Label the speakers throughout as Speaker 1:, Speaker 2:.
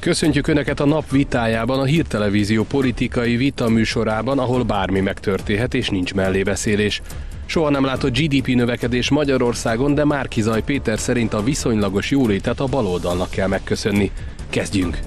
Speaker 1: Köszöntjük Önöket a nap vitájában, a Hírtelevízió politikai vita műsorában, ahol bármi megtörténhet és nincs mellébeszélés. Soha nem látott GDP növekedés Magyarországon, de Márki-Zay Péter szerint a viszonylagos jólétet a baloldalnak kell megköszönni. Kezdjünk!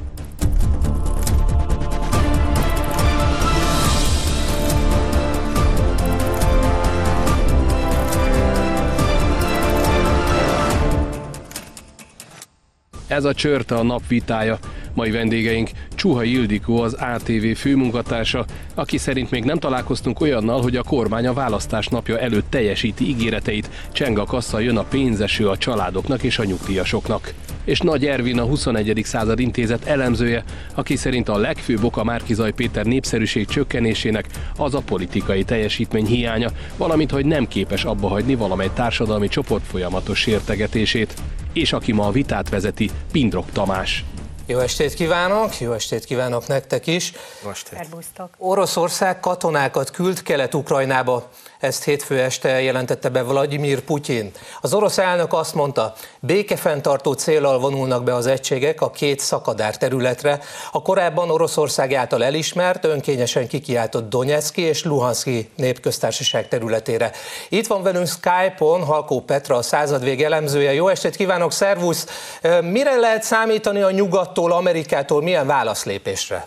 Speaker 1: Ez a Csörte a nap vitája. Mai vendégeink Csuhai Ildikó, az ATV főmunkatársa, aki szerint még nem találkoztunk olyannal, hogy a kormány a választás napja előtt teljesíti ígéreteit, cseng a kassa, jön a pénzeső a családoknak és a nyugdíjasoknak. És Nagy Ervin, a 21. század intézet elemzője, aki szerint a legfőbb oka Márki-Zay Péter népszerűség csökkenésének az a politikai teljesítmény hiánya, valamint hogy nem képes abbahagyni valamely társadalmi csoport folyamatos sértegetését. És aki ma a vitát vezeti, Pindrok Tamás.
Speaker 2: Jó estét kívánok nektek is.
Speaker 3: Jó estét.
Speaker 2: Oroszország katonákat küld Kelet-Ukrajnába, ezt hétfő este jelentette be Vladimir Putyin. Az orosz elnök azt mondta, békefenntartó céllal vonulnak be az egységek a két szakadár területre, a korábban Oroszország által elismert, önkényesen kikiáltott Donyeszki és Luhanszki népköztársaság területére. Itt van velünk Skype-on Halkó Petra, a századvég elemzője. Jó estét kívánok, szervusz! Mire lehet számítani a nyugattól, Amerikától, milyen válaszlépésre?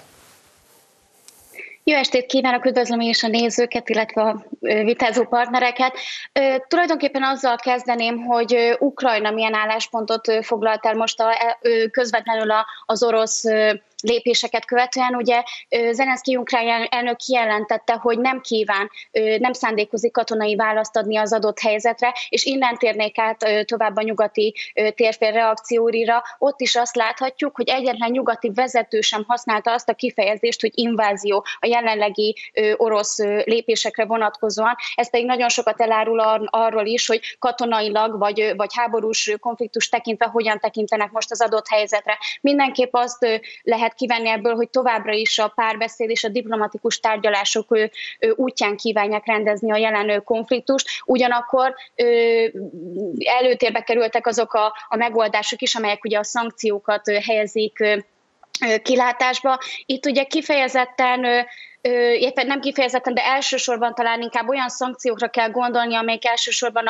Speaker 4: Jó estét kívánok, üdvözlöm én is a nézőket, illetve a vitázó partnereket. Tulajdonképpen azzal kezdeném, hogy Ukrajna milyen álláspontot foglalt el most közvetlenül az orosz lépéseket követően. Ugye Zelenszky ukrán elnök kijelentette, hogy nem szándékozik katonai választ adni az adott helyzetre, és innen térnék át tovább a nyugati térfél reakcióira. Ott is azt láthatjuk, hogy egyetlen nyugati vezető sem használta azt a kifejezést, hogy invázió a jelenlegi orosz lépésekre vonatkozóan. Ez pedig nagyon sokat elárul arról is, hogy katonailag vagy háborús konfliktus tekintve hogyan tekintenek most az adott helyzetre. Mindenképp azt lehet kivenni ebből, hogy továbbra is a párbeszéd és a diplomatikus tárgyalások útján kívánják rendezni a jelen konfliktust. Ugyanakkor előtérbe kerültek azok a megoldások is, amelyek ugye a szankciókat helyezik kilátásba. Itt ugye éppen nem kifejezetten, de elsősorban talán inkább olyan szankciókra kell gondolni, amelyek elsősorban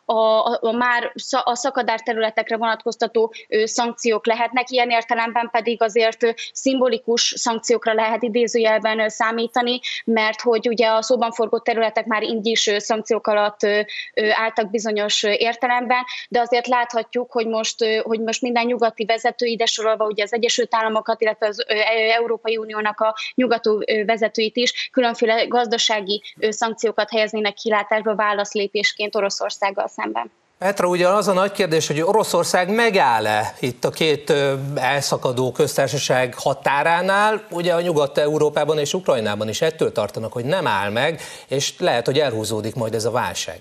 Speaker 4: a szakadár területekre vonatkoztató szankciók lehetnek. Ilyen értelemben pedig azért szimbolikus szankciókra lehet idézőjelben számítani, mert hogy ugye a szóban forgó területek már így is szankciók alatt álltak bizonyos értelemben, de azért láthatjuk, hogy most minden nyugati vezető, ide sorolva ugye az Egyesült Államokat, illetve az Európai Uniónak a nyugati vezetőit is különféle gazdasági szankciókat helyeznének kilátásba válaszlépésként Oroszországgal szemben.
Speaker 2: Petra, ugye az a nagy kérdés, hogy Oroszország megáll-e itt a két elszakadó köztársaság határánál, ugye a Nyugat-Európában és Ukrajnában is ettől tartanak, hogy nem áll meg, és lehet, hogy elhúzódik majd ez a válság.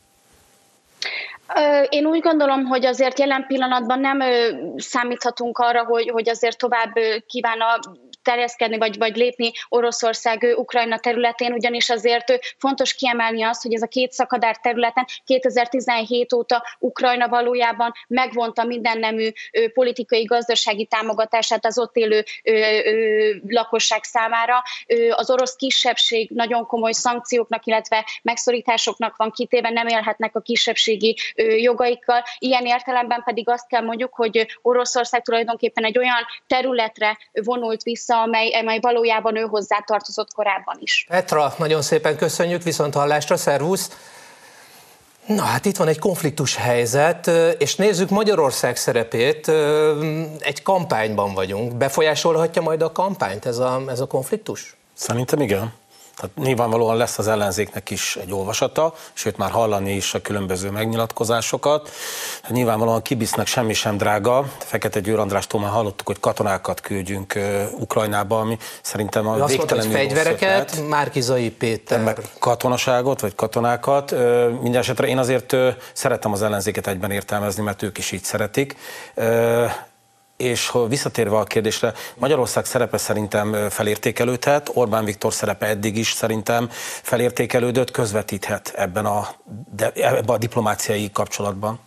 Speaker 4: Én úgy gondolom, hogy azért jelen pillanatban nem számíthatunk arra, hogy azért tovább kívánna terjeszkedni vagy lépni Oroszország Ukrajna területén, ugyanis azért fontos kiemelni azt, hogy ez a két szakadár területen 2017 óta Ukrajna valójában megvonta mindennemű politikai, gazdasági támogatását az ott élő lakosság számára. Az orosz kisebbség nagyon komoly szankcióknak, illetve megszorításoknak van kitéve, nem élhetnek a kisebbségi jogaikkal. Ilyen értelemben pedig azt kell mondjuk, hogy Oroszország tulajdonképpen egy olyan területre vonult vissza, amely valójában ő hozzá tartozott korábban is.
Speaker 2: Petra, nagyon szépen köszönjük, viszonthallásra, szervusz! Na hát itt van egy konfliktus helyzet, és nézzük Magyarország szerepét, egy kampányban vagyunk. Befolyásolhatja majd a kampányt ez a konfliktus?
Speaker 3: Szerintem igen. Tehát nyilvánvalóan lesz az ellenzéknek is egy olvasata, sőt már hallani is a különböző megnyilatkozásokat. Nyilvánvalóan Kibisznek semmi sem drága. Fekete Győr Andrástól már hallottuk, hogy katonákat küldjünk Ukrajnába, ami szerintem a végtelenül
Speaker 2: rossz fegyvereket, Márki-Zay Péter.
Speaker 3: Meg katonaságot, vagy katonákat. Mindenesetre én azért szeretem az ellenzéket egyben értelmezni, mert ők is így szeretik. És visszatérve a kérdésre, Magyarország szerepe szerintem felértékelődhet, Orbán Viktor szerepe eddig is szerintem felértékelődött, közvetíthet ebben a diplomáciai kapcsolatban.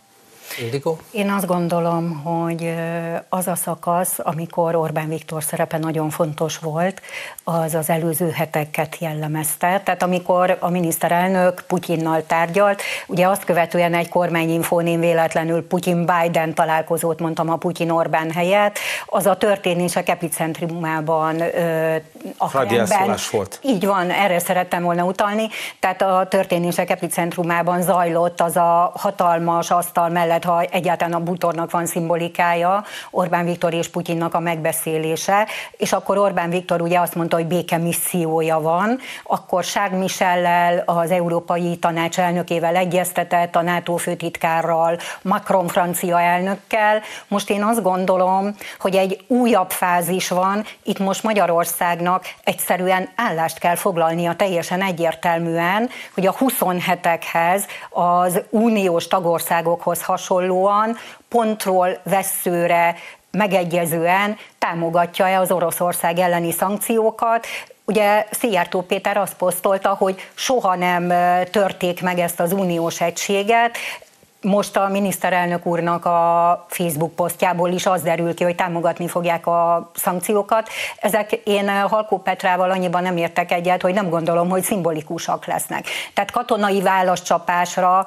Speaker 2: Ildikó?
Speaker 5: Én azt gondolom, hogy az a szakasz, amikor Orbán Viktor szerepe nagyon fontos volt, az az előző heteket jellemezte. Tehát amikor a miniszterelnök Putyinnal tárgyalt, ugye azt követően egy kormányinfón én véletlenül Putyin-Biden találkozót mondtam a Putyin-Orbán helyett, az a történések epicentrumában a Kremlben.
Speaker 3: Volt.
Speaker 5: Így van, erre szerettem volna utalni. Tehát a történések epicentrumában zajlott az a hatalmas asztal mellett, ha egyáltalán a bútornak van szimbolikája, Orbán Viktor és Putyinnak a megbeszélése, és akkor Orbán Viktor ugye azt mondta, hogy békemissziója van, akkor Charles Michellel, az Európai Tanács elnökével egyeztetett, a NATO főtitkárral, Macron francia elnökkel. Most én azt gondolom, hogy egy újabb fázis van, itt most Magyarországnak egyszerűen állást kell foglalnia teljesen egyértelműen, hogy a 27-ekhez, az uniós tagországokhoz hasonlóan pontról vesszőre megegyezően támogatja-e az Oroszország elleni szankciókat. Ugye Szijjártó Péter azt posztolta, hogy soha nem törték meg ezt az uniós egységet. Most a miniszterelnök úrnak a Facebook posztjából is az derül ki, hogy támogatni fogják a szankciókat. Ezek én Halkó Petrával annyiban nem értek egyet, hogy nem gondolom, hogy szimbolikusak lesznek. Tehát katonai válaszcsapásra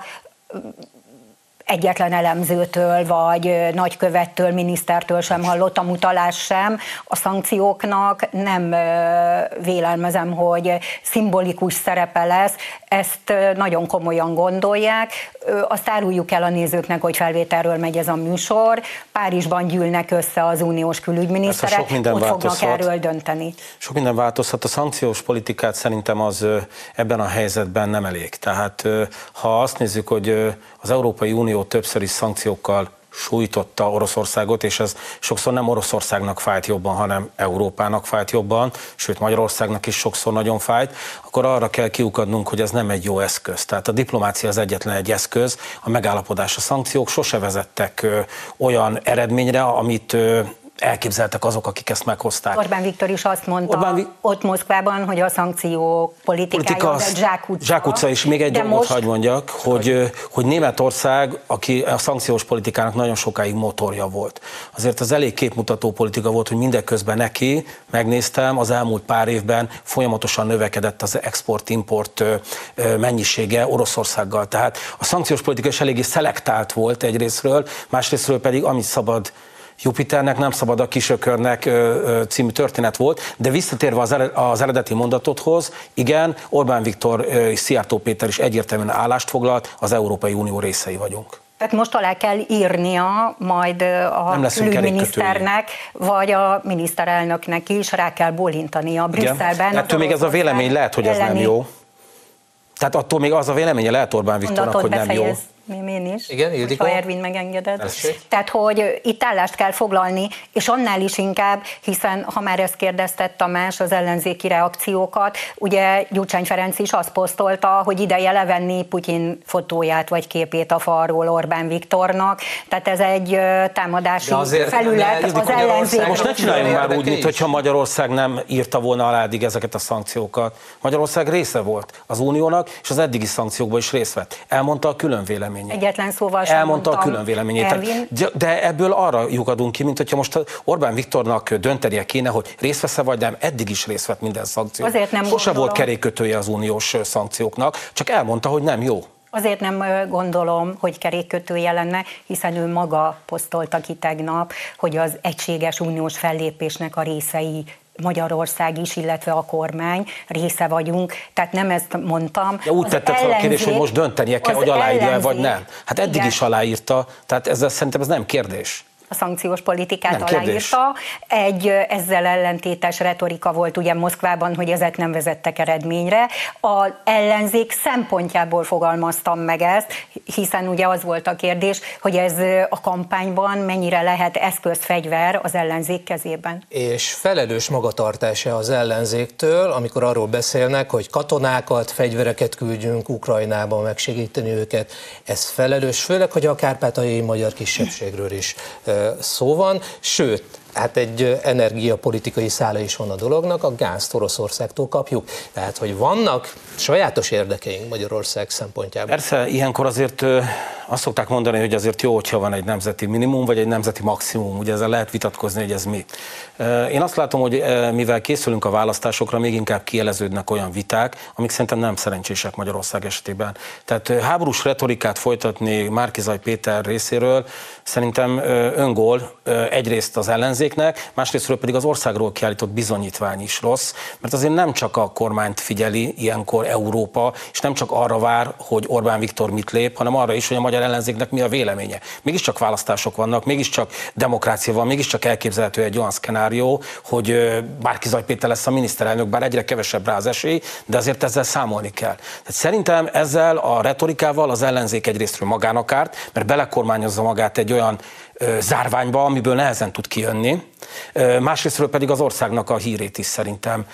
Speaker 5: egyetlen elemzőtől, vagy nagykövettől, minisztertől sem hallottam utalás sem. A szankcióknak nem vélelmezem, hogy szimbolikus szerepe lesz, ezt nagyon komolyan gondolják. Azt áruljuk el a nézőknek, hogy felvételről megy ez a műsor. Párizsban gyűlnek össze az uniós külügyminiszterek, ott fognak erről dönteni.
Speaker 3: Sok minden változhat. A szankciós politikát szerintem az ebben a helyzetben nem elég. Tehát ha azt nézzük, hogy az Európai Unió többször is szankciókkal sújtotta Oroszországot, és ez sokszor nem Oroszországnak fájt jobban, hanem Európának fájt jobban, sőt Magyarországnak is sokszor nagyon fájt, akkor arra kell kiukadnunk, hogy ez nem egy jó eszköz. Tehát a diplomácia az egyetlen egy eszköz, a megállapodás, a szankciók sose vezettek olyan eredményre, amit elképzeltek azok, akik ezt meghozták.
Speaker 5: Orbán Viktor is azt mondta ott Moszkvában, hogy a szankció politikája az egy zsákutca.
Speaker 3: Zsákutca, és még egy dolgot hagy mondjak, hogy Németország, aki a szankciós politikának nagyon sokáig motorja volt. Azért az elég képmutató politika volt, hogy mindeközben neki, megnéztem, az elmúlt pár évben folyamatosan növekedett az export-import mennyisége Oroszországgal. Tehát a szankciós politika is eléggé szelektált volt egyrészről, másrészről pedig amit szabad Jupiternek, nem szabad a kisökörnek című történet volt, de visszatérve az eredeti mondatodhoz, igen, Orbán Viktor és Szijjártó Péter is egyértelműen állást foglalt, az Európai Unió részei vagyunk.
Speaker 5: Tehát most alá kell írnia majd a külügyminiszternek, vagy a miniszterelnöknek is, rá kell bólintania Brüsszelben.
Speaker 3: Ettől még ez a vélemény lehet, hogy ez nem jó. Tehát attól még az a véleménye lehet Orbán Viktornak, hogy nem jó.
Speaker 5: Én is,
Speaker 2: igen, Ildikó?
Speaker 5: ha Ervin megengedett. Tehát, hogy itt állást kell foglalni, és annál is inkább, hiszen ha már ezt kérdeztett Tamás, az ellenzéki reakciókat, ugye Gyurcsány Ferenc is azt posztolta, hogy ideje levenni Putyin fotóját vagy képét a falról Orbán Viktornak, tehát ez egy támadási felület az ellenzék.
Speaker 3: Most ne csináljunk már úgy, mintha Magyarország nem írta volna alá eddig ezeket a szankciókat. Magyarország része volt az uniónak, és az eddigi szankciókban is részt vett. Elmondta a külön véleményét.
Speaker 5: Egyetlen szóval sem
Speaker 3: elmondta a külön véleményét. De ebből arra lyukadunk ki, mint hogyha most Orbán Viktornak döntenie kéne, hogy részt vesz-e vagy nem. Eddig is részt vett minden szankció. Sose volt kerékkötője az uniós szankcióknak, csak elmondta, hogy nem jó.
Speaker 5: Azért nem gondolom, hogy kerékkötője lenne, hiszen ő maga posztolta ki tegnap, hogy az egységes uniós fellépésnek a részei Magyarország is, illetve a kormány része vagyunk, tehát nem ezt mondtam.
Speaker 3: Ja, úgy tetted fel a kérdést, hogy most döntenie kell, hogy aláírja vagy nem. Hát eddig is aláírta, tehát szerintem ez nem kérdés.
Speaker 5: A szankciós politikát aláírta. Egy ezzel ellentétes retorika volt ugye Moszkvában, hogy ezek nem vezettek eredményre. Az ellenzék szempontjából fogalmaztam meg ezt, hiszen ugye az volt a kérdés, hogy ez a kampányban mennyire lehet eszközfegyver az ellenzék kezében.
Speaker 2: És felelős magatartása az ellenzéktől, amikor arról beszélnek, hogy katonákat, fegyvereket küldjünk Ukrajnába megsegíteni őket. Ez felelős, főleg, hogy a kárpátaljai magyar kisebbségről is szó van, sőt, hát egy energiapolitikai szála is van a dolognak, a gázt Oroszországtól kapjuk. Tehát, hogy vannak sajátos érdekeink Magyarország szempontjából.
Speaker 3: Persze, ilyenkor azért azt szokták mondani, hogy azért jó, hogyha van egy nemzeti minimum, vagy egy nemzeti maximum. Ugye ezzel lehet vitatkozni, hogy ez mi. Én azt látom, hogy mivel készülünk a választásokra, még inkább kieleződnek olyan viták, amik szerintem nem szerencsések Magyarország esetében. Tehát háborús retorikát folytatni Márki-Zay Péter részéről szerintem öngól egyrészt az ellenzéknek, másrésztről pedig az országról kiállított bizonyítvány is rossz, mert azért nem csak a kormányt figyeli ilyenkor Európa, és nem csak arra vár, hogy Orbán Viktor mit lép, hanem arra is, hogy a magyar ellenzéknek mi a véleménye. Mégiscsak választások vannak, mégiscsak demokrácia van, mégiscsak elképzelhető egy olyan szkenárió, hogy Márki-Zay Péter lesz a miniszterelnök, bár egyre kevesebb rá az esély, de azért ezzel számolni kell. Tehát szerintem ezzel a retorikával az ellenzék egyrésztről magának árt, mert belekormányozza magát egy olyan zárványba, amiből nehezen tud kijönni. Másrésztről pedig az országnak a hírét is szerintem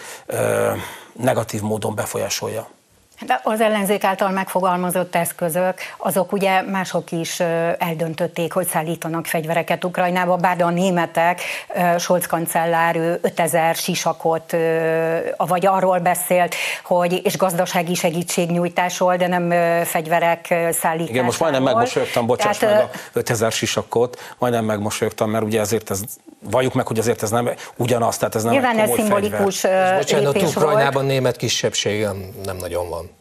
Speaker 3: negatív módon befolyásolja.
Speaker 5: De az ellenzék által megfogalmazott eszközök, azok ugye mások is eldöntötték, hogy szállítanak fegyvereket Ukrajnába, bár a németek, Scholz kancellár 5000 sisakot, vagy arról beszélt, hogy és gazdasági segítségnyújtásról, de nem fegyverek szállításáról. Igen,
Speaker 3: most majdnem megmosolyogtam, bocsáss meg a 5000 sisakot, majdnem megmosolyogtam, mert ugye azért ez, valljuk meg, hogy azért ez nem ugyanaz, tehát ez nem
Speaker 5: nyilván ez szimbolikus lépés volt.
Speaker 2: Ukrajnában német kisebbség nem nagyon van.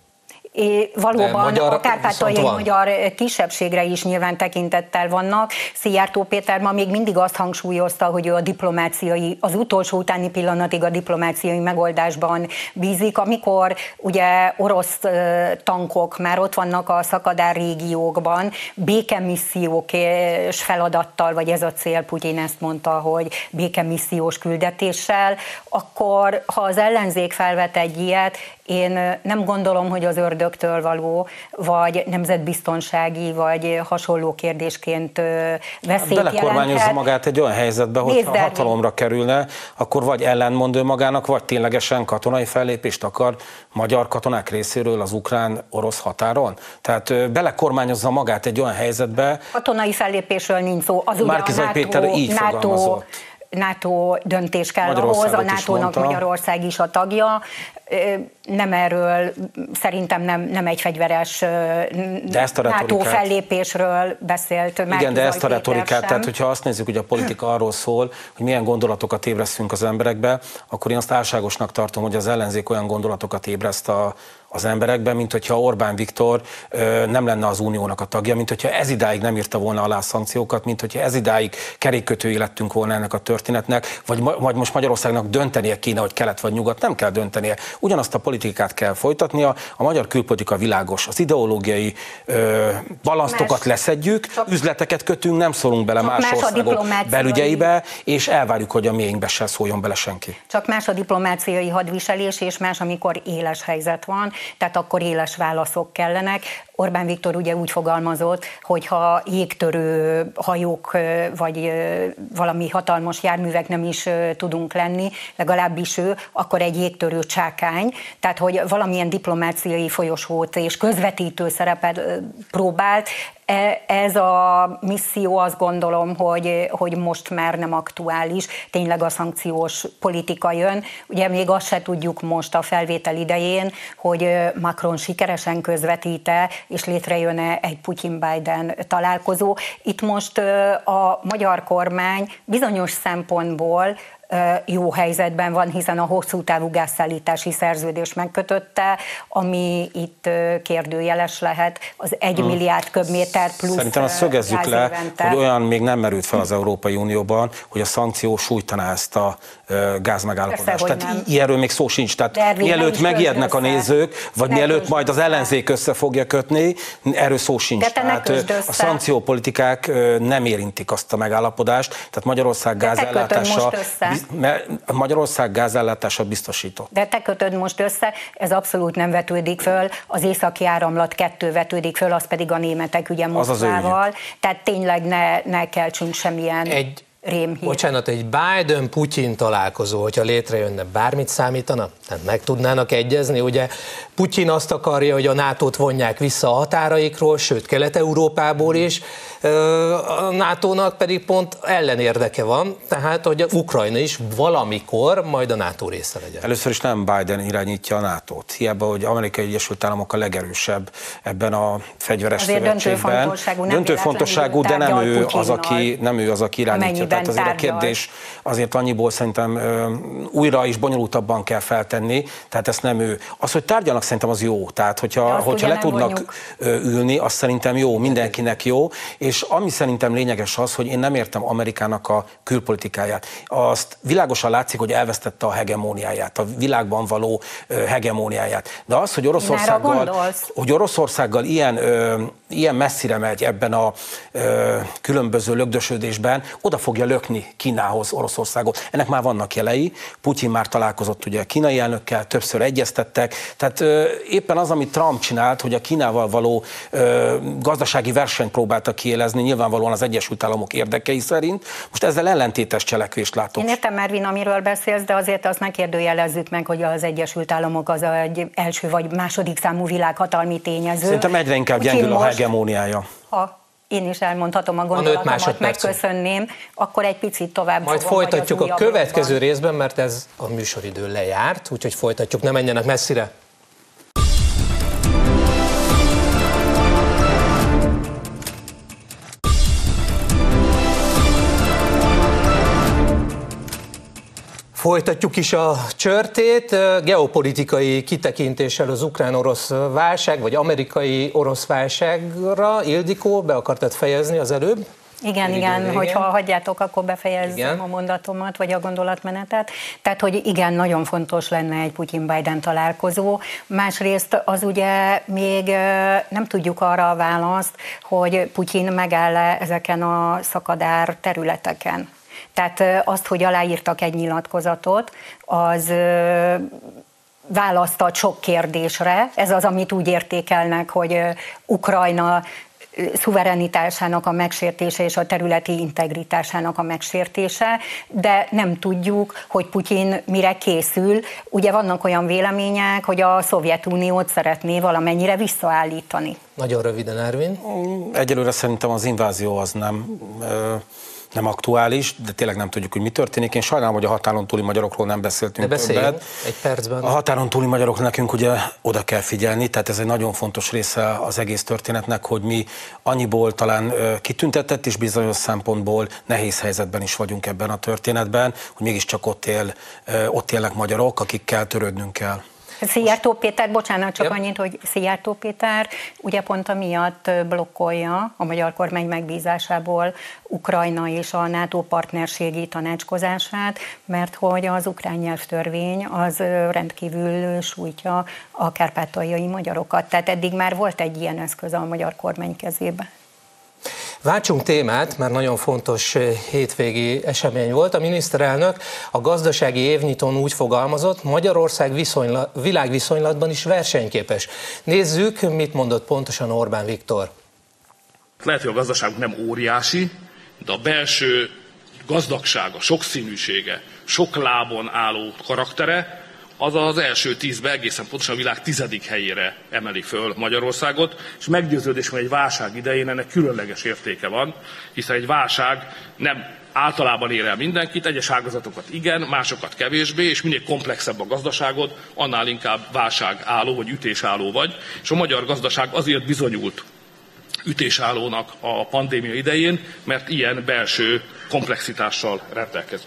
Speaker 5: Valóban a kárpátaljai magyar kisebbségre is nyilván tekintettel vannak. Szijjártó Péter ma még mindig azt hangsúlyozta, hogy ő a diplomáciai, az utolsó utáni pillanatig a diplomáciai megoldásban bízik, amikor ugye orosz tankok már ott vannak a szakadár régiókban, békemissziók és feladattal, vagy ez a cél, Putyin ezt mondta, hogy békemissziós küldetéssel, akkor ha az ellenzék felvet egy ilyet, én nem gondolom, hogy az ördögtől való, vagy nemzetbiztonsági, vagy hasonló kérdésként veszélyt jelenthet.
Speaker 3: Belekormányozza magát egy olyan helyzetbe, hogy ha hatalomra kerülne, akkor vagy ellenmond ő magának, vagy ténylegesen katonai fellépést akar magyar katonák részéről az ukrán-orosz határon. Tehát belekormányozza magát egy olyan helyzetbe.
Speaker 5: Katonai fellépésről nincs szó. Az ugye
Speaker 3: Márki-Zay Péter így fogalmazott.
Speaker 5: NATO döntés kell ahhoz, a NATO-nak Magyarország is a tagja. Nem erről, szerintem nem egy fegyveres NATO fellépésről beszélt.
Speaker 3: Igen, de ezt a retorikát, tehát hogyha azt nézzük, hogy a politika arról szól, hogy milyen gondolatokat ébresztünk az emberekbe, akkor én azt álságosnak tartom, hogy az ellenzék olyan gondolatokat ébreszt az emberekben, mint hogyha Orbán Viktor nem lenne az uniónak a tagja, mint hogyha ez idáig nem írta volna alá a szankciókat, mint hogyha ez idáig kerékkötői lettünk volna ennek a történetnek, vagy most Magyarországnak döntenie kéne, hogy kelet vagy nyugat, nem kell döntenie. Ugyanazt a politikát kell folytatnia, a magyar külpolitika világos, az ideológiai balasztokat leszedjük, üzleteket kötünk, nem szólunk bele más országok belügyeibe, és elvárjuk, hogy a miénkbe se szóljon bele senki.
Speaker 5: Csak más a diplomáciai hadviselés, és más, amikor éles helyzet van, tehát akkor éles válaszok kellenek. Orbán Viktor ugye úgy fogalmazott, hogy ha jégtörő hajók vagy valami hatalmas járművek nem is tudunk lenni, legalábbis ő, akkor egy jégtörő csákány, tehát hogy valamilyen diplomáciai folyosót és közvetítő szerepet próbált. Ez a misszió, azt gondolom, hogy most már nem aktuális, tényleg a szankciós politika jön. Ugye még azt se tudjuk most a felvétel idején, hogy Macron sikeresen közvetít-e, és létrejön-e egy Putyin-Biden találkozó. Itt most a magyar kormány bizonyos szempontból jó helyzetben van, hiszen a hosszú távú gázszállítási szerződést megkötötte, ami itt kérdőjeles lehet, az 1 milliárd köbméter plusz.
Speaker 3: Szerintem azt szögezzük le, hogy olyan még nem merült fel az Európai Unióban, hogy a szankció sújtaná ezt a gázmegállapodást. Tehát ilyenről még szó sincs. Tehát mielőtt megijednek a nézők, vagy mielőtt majd az ellenzék össze fogja kötni, erről szó sincs. Tehát a szankciópolitikák nem érintik azt a megállapodást, tehát Magyarország gázellátása biztosított.
Speaker 5: De te kötöd most össze, ez abszolút nem vetődik föl, az északi áramlat 2 vetődik föl, az pedig a németek ügye Moszkvával, tehát tényleg ne keltsünk semmilyen... rémhír.
Speaker 2: Bocsánat, egy Biden-Putyin találkozó, hogyha létrejönne, bármit számítana? Tehát meg tudnának egyezni? Ugye Putyin azt akarja, hogy a NATO-t vonják vissza a határaikról, sőt Kelet-Európából is, a NATO-nak pedig pont ellenérdeke van, tehát hogy Ukrajna is valamikor majd a NATO része legyen.
Speaker 3: Először is nem Biden irányítja a NATO-t. Hiába, hogy Amerikai Egyesült Államok a legerősebb ebben a fegyveres szövetségben. Döntő fontosságú, de nem ő az, aki irányítja. Tehát azért a kérdés azért annyiból szerintem újra is bonyolultabban kell feltenni, tehát ezt nem ő. Az, hogy tárgyalnak, szerintem az jó. Tehát, hogyha le tudnak ülni, az szerintem jó, mindenkinek jó. És ami szerintem lényeges az, hogy én nem értem Amerikának a külpolitikáját. Azt világosan látszik, hogy elvesztette a hegemóniáját, a világban való hegemóniáját. De az, hogy Oroszországgal ilyen messzire megy ebben a különböző lögdösödésben, oda fogja lökni Kínához Oroszországot. Ennek már vannak jelei. Putyin már találkozott ugye a kínai elnökkel, többször egyeztettek. Tehát éppen az, amit Trump csinált, hogy a Kínával való gazdasági versenyt próbálta kiélezni, nyilvánvalóan az Egyesült Államok érdekei szerint. Most ezzel ellentétes cselekvést látok.
Speaker 5: Én értem, Mervin, amiről beszélsz, de azért azt ne kérdőjelezzük meg, hogy az Egyesült Államok az egy első vagy második számú világhatalmi tényező.
Speaker 3: Szerintem egyre inkább gyengül a hegemóniája.
Speaker 5: Ha én is elmondhatom a gondolatomat, megköszönném, akkor egy picit tovább
Speaker 2: majd
Speaker 5: fogom,
Speaker 2: folytatjuk a következő részben, mert ez a műsoridő lejárt, úgyhogy folytatjuk, ne menjenek messzire. Folytatjuk is a csörtét, geopolitikai kitekintéssel az ukrán-orosz válság, vagy amerikai-orosz válságra. Ildikó, be akartad fejezni az előbb?
Speaker 5: Igen, hogyha hagyjátok, akkor befejezzem a mondatomat, vagy a gondolatmenetet. Tehát, hogy igen, nagyon fontos lenne egy Putyin-Biden találkozó. Másrészt az ugye még nem tudjuk arra a választ, hogy Putyin megáll-e ezeken a szakadár területeken. Tehát azt, hogy aláírtak egy nyilatkozatot, az választ ad sok kérdésre. Ez az, amit úgy értékelnek, hogy Ukrajna szuverenitásának a megsértése és a területi integritásának a megsértése, de nem tudjuk, hogy Putyin mire készül. Ugye vannak olyan vélemények, hogy a Szovjetuniót szeretné valamennyire visszaállítani.
Speaker 2: Nagyon röviden, Ervin.
Speaker 3: Egyelőre szerintem az invázió az nem aktuális, de tényleg nem tudjuk, hogy mi történik. Én sajnálom, hogy a határon túli magyarokról nem beszéltünk többet.
Speaker 2: Egy percben.
Speaker 3: A határon túli magyarok nekünk ugye oda kell figyelni, tehát ez egy nagyon fontos része az egész történetnek, hogy mi annyiból talán kitüntetett és bizonyos szempontból nehéz helyzetben is vagyunk ebben a történetben, hogy mégiscsak ott élnek magyarok, akikkel törődnünk kell.
Speaker 5: Szijjártó Péter, bocsánat, csak annyit, hogy Szijjártó Péter ugye pont amiatt blokkolja a magyar kormány megbízásából Ukrajna és a NATO partnerségi tanácskozását, mert hogy az ukrán nyelvtörvény az rendkívül sújtja a kárpátaljai magyarokat. Tehát eddig már volt egy ilyen eszköz a magyar kormány kezében.
Speaker 2: Váltsunk témát, mert nagyon fontos hétvégi esemény volt. A miniszterelnök a gazdasági évnyitón úgy fogalmazott, Magyarország világviszonylatban is versenyképes. Nézzük, mit mondott pontosan Orbán Viktor.
Speaker 6: Lehet, hogy a gazdaságunk nem óriási, de a belső gazdagsága, sokszínűsége, sok lábon álló karaktere, az az első 10-ben egészen pontosan a világ 10. helyére emeli föl Magyarországot, és meggyőződés, hogy egy válság idején ennek különleges értéke van, hiszen egy válság nem általában ér el mindenkit, egyes ágazatokat igen, másokat kevésbé, és minél komplexebb a gazdaságod, annál inkább válságálló vagy ütésálló vagy, és a magyar gazdaság azért bizonyult ütésállónak a pandémia idején, mert ilyen belső komplexitással rendelkezik.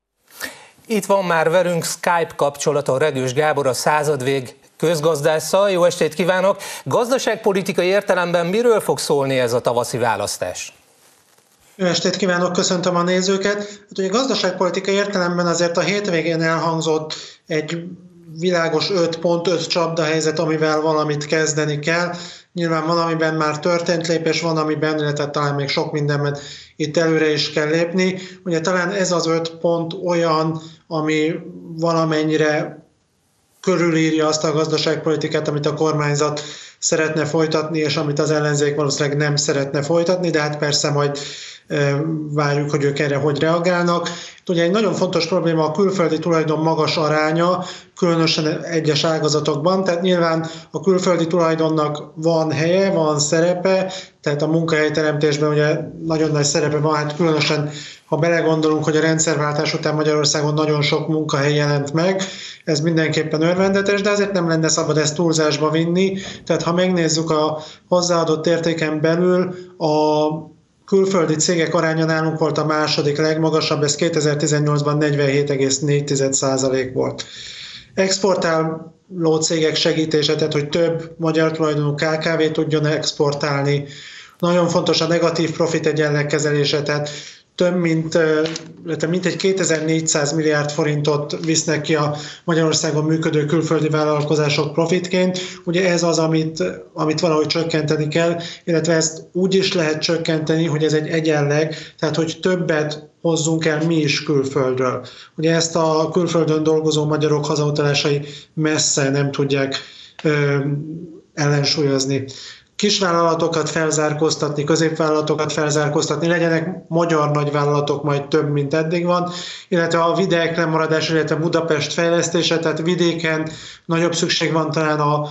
Speaker 2: Itt van már velünk Skype kapcsolaton Regős Gábor, a Századvég közgazdásza. Jó estét kívánok! Gazdaságpolitikai értelemben miről fog szólni ez a tavaszi választás?
Speaker 7: Jó estét kívánok, köszöntöm a nézőket! Hát ugye gazdaságpolitikai értelemben azért a hétvégén elhangzott egy világos 5 pont, 5 csapdahelyzet, amivel valamit kezdeni kell. Nyilván van, amiben már történt lépés, van, amiben, illetve talán még sok mindenben itt előre is kell lépni. Ugye talán ez az 5 pont olyan, ami valamennyire körülírja azt a gazdaságpolitikát, amit a kormányzat szeretne folytatni, és amit az ellenzék valószínűleg nem szeretne folytatni, de hát persze majd várjuk, hogy ők erre hogy reagálnak. Ugye egy nagyon fontos probléma a külföldi tulajdon magas aránya, különösen egyes ágazatokban, tehát nyilván a külföldi tulajdonnak van helye, van szerepe, tehát a munkahelyteremtésben ugye nagyon nagy szerepe van, hát különösen ha belegondolunk, hogy a rendszerváltás után Magyarországon nagyon sok munkahely jelent meg, ez mindenképpen örvendetes, de azért nem lenne szabad ezt túlzásba vinni, tehát ha megnézzük a hozzáadott értéken belül, a külföldi cégek aránya nálunk volt a második legmagasabb, ez 2018-ban 47,4% volt. Exportáló cégek segítése, tehát hogy több magyar tulajdonú KKV tudjon exportálni. Nagyon fontos a negatív profit egyenleg kezelése, tehát több mint egy 2400 milliárd forintot visznek ki a Magyarországon működő külföldi vállalkozások profitként. Ugye ez az, amit valahogy csökkenteni kell, illetve ezt úgy is lehet csökkenteni, hogy ez egy egyenleg, tehát hogy többet hozzunk el mi is külföldről. Ugye ezt a külföldön dolgozó magyarok hazautalásai messze nem tudják ellensúlyozni. Kisvállalatokat felzárkóztatni, középvállalatokat felzárkóztatni, legyenek magyar nagyvállalatok, majd több, mint eddig van, illetve a vidék lemaradás, illetve Budapest fejlesztése, tehát vidéken nagyobb szükség van talán a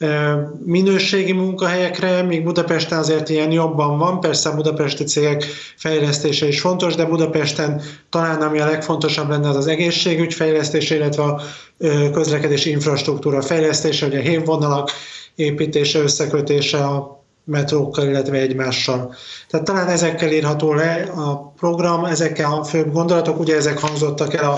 Speaker 7: minőségi munkahelyekre, míg Budapesten azért ilyen jobban van, persze a budapesti cégek fejlesztése is fontos, de Budapesten talán ami a legfontosabb lenne az egészségügy fejlesztése, illetve a közlekedési infrastruktúra fejlesztése, ugye a hévvonalak építése, összekötése a metrókkal, illetve egymással. Tehát talán ezekkel írható le a program, ezekkel a főbb gondolatok, ugye ezek hangzottak el a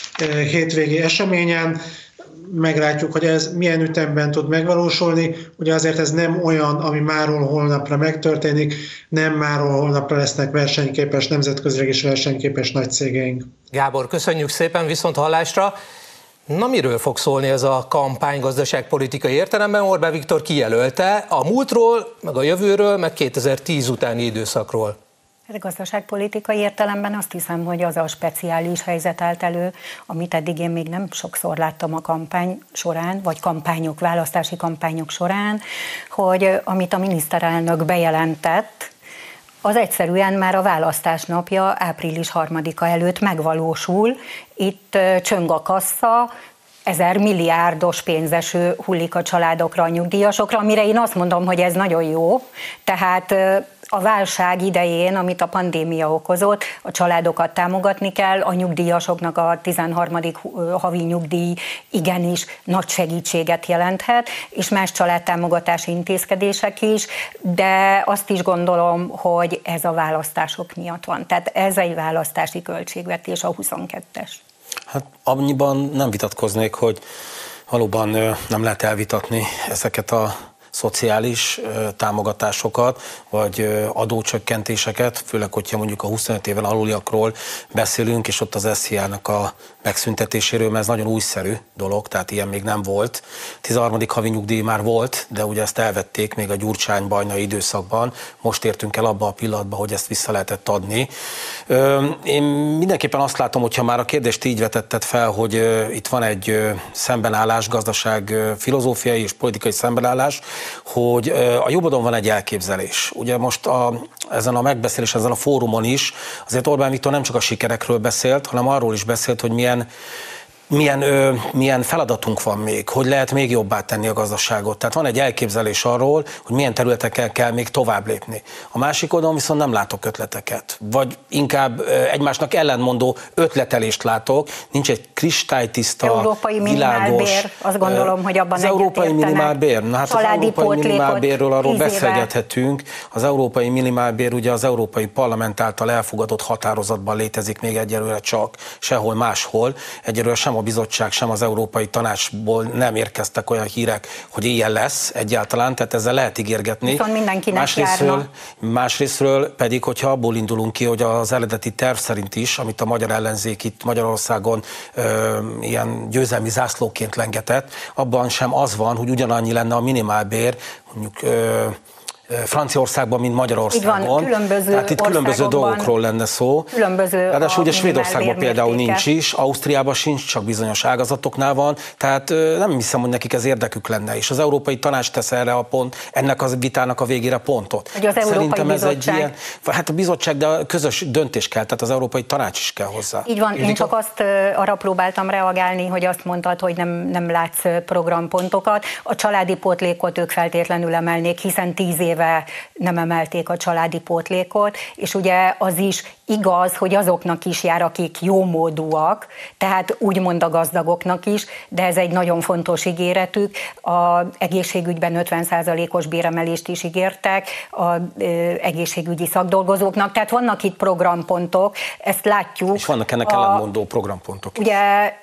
Speaker 7: hétvégi eseményen, meglátjuk, hogy ez milyen ütemben tud megvalósulni. Ugye azért ez nem olyan, ami máról holnapra megtörténik, nem máról holnapra lesznek versenyképes, nemzetközileg is versenyképes nagy cégeink.
Speaker 2: Gábor, köszönjük szépen, viszont hallásra. Na, miről fog szólni ez a kampány gazdaságpolitikai értelemben? Orbán Viktor kijelölte a múltról, meg a jövőről, meg 2010 utáni időszakról.
Speaker 5: A gazdaságpolitikai értelemben azt hiszem, hogy az a speciális helyzet állt elő, amit eddig én még nem sokszor láttam a kampány során, vagy kampányok, választási kampányok során, hogy amit a miniszterelnök bejelentett, az egyszerűen már a választás napja, április 3-a előtt megvalósul. Itt csöng a kassa, 1000 milliárdos pénzeső hullik a családokra, a nyugdíjasokra, amire én azt mondom, hogy ez nagyon jó. Tehát a válság idején, amit a pandémia okozott, a családokat támogatni kell, a nyugdíjasoknak a 13. havi nyugdíj igenis nagy segítséget jelenthet, és más családtámogatási intézkedések is, de azt is gondolom, hogy ez a választások miatt van. Tehát ez egy választási költségvetés, a 22-es.
Speaker 3: Hát annyiban nem vitatkoznék, hogy valóban nem lehet elvitatni ezeket a szociális támogatásokat, vagy adócsökkentéseket, főleg, hogyha mondjuk a 25 éven aluliakról beszélünk, és ott az SZIA-nak a megszüntetéséről, mert ez nagyon újszerű dolog, tehát ilyen még nem volt. 13. havi nyugdíj már volt, de ugye ezt elvették még a Gyurcsány-Bajnai időszakban. Most értünk el abba a pillanatba, hogy ezt vissza lehetett adni. Én mindenképpen azt látom, hogyha már a kérdést így vetetted fel, hogy itt van egy szembenállás, gazdaság filozófiai és politikai szembenállás, hogy a jobbodon van egy elképzelés. Ugye most ezen a megbeszélésen, ezen a fórumon is azért Orbán Viktor nem csak a sikerekről beszélt, hanem arról is beszélt, hogy milyen feladatunk van még, hogy lehet még jobbá tenni a gazdaságot. Tehát van egy elképzelés arról, hogy milyen területekkel kell még tovább lépni. A másik oldalon viszont nem látok ötleteket, vagy inkább egymásnak ellentmondó ötletelést látok, nincs egy kristálytiszta,
Speaker 5: európai
Speaker 3: világos...
Speaker 5: minimálbér, azt gondolom, hogy abban
Speaker 3: az európai minimálbér, na hát az európai minimálbérről arról beszélgethetünk. Az európai minimálbér ugye az Európai Parlament által elfogadott határozatban létezik még egyelőre csak, sehol máshol. Egyelőre sem a bizottság, sem az Európai Tanácsból nem érkeztek olyan hírek, hogy ilyen lesz egyáltalán, tehát ezzel lehet ígérgetni.
Speaker 5: Viszont mindenkinek
Speaker 3: Másrészről pedig, hogyha abból indulunk ki, hogy az eredeti terv szerint is, amit a magyar ellenzék itt Magyarországon ilyen győzelmi zászlóként lengetett, abban sem az van, hogy ugyanannyi lenne a minimálbér, mondjuk Franciaországban, mint Magyarországon.
Speaker 5: Így van, különböző
Speaker 3: tehát itt különböző dolgokról lenne szó. Ráadásul ugye Svédországban például nincs is, Ausztriában sincs, csak bizonyos ágazatoknál van, tehát nem hiszem, hogy nekik ez érdekük lenne, és az Európai Tanács tesz erre a ennek a vitának a végére pontot.
Speaker 5: Szerintem ez egy ilyen,
Speaker 3: hát a bizottság, de a közös döntés kell, tehát az Európai Tanács is kell hozzá.
Speaker 5: Így van, én csak azt arra próbáltam reagálni, hogy azt mondtad, hogy nem látsz programpontokat. A családi pótlékot ők feltétlenül emelnék, hiszen 10 éve nem emelték a családi pótlékot, és ugye az is igaz, hogy azoknak is jár, akik jómódúak, tehát úgymond a gazdagoknak is, de ez egy nagyon fontos ígéretük. Az egészségügyben 50%-os béremelést is ígértek az egészségügyi szakdolgozóknak, tehát vannak itt programpontok, ezt látjuk.
Speaker 3: És vannak ennek ellentmondó programpontok.
Speaker 5: Ugye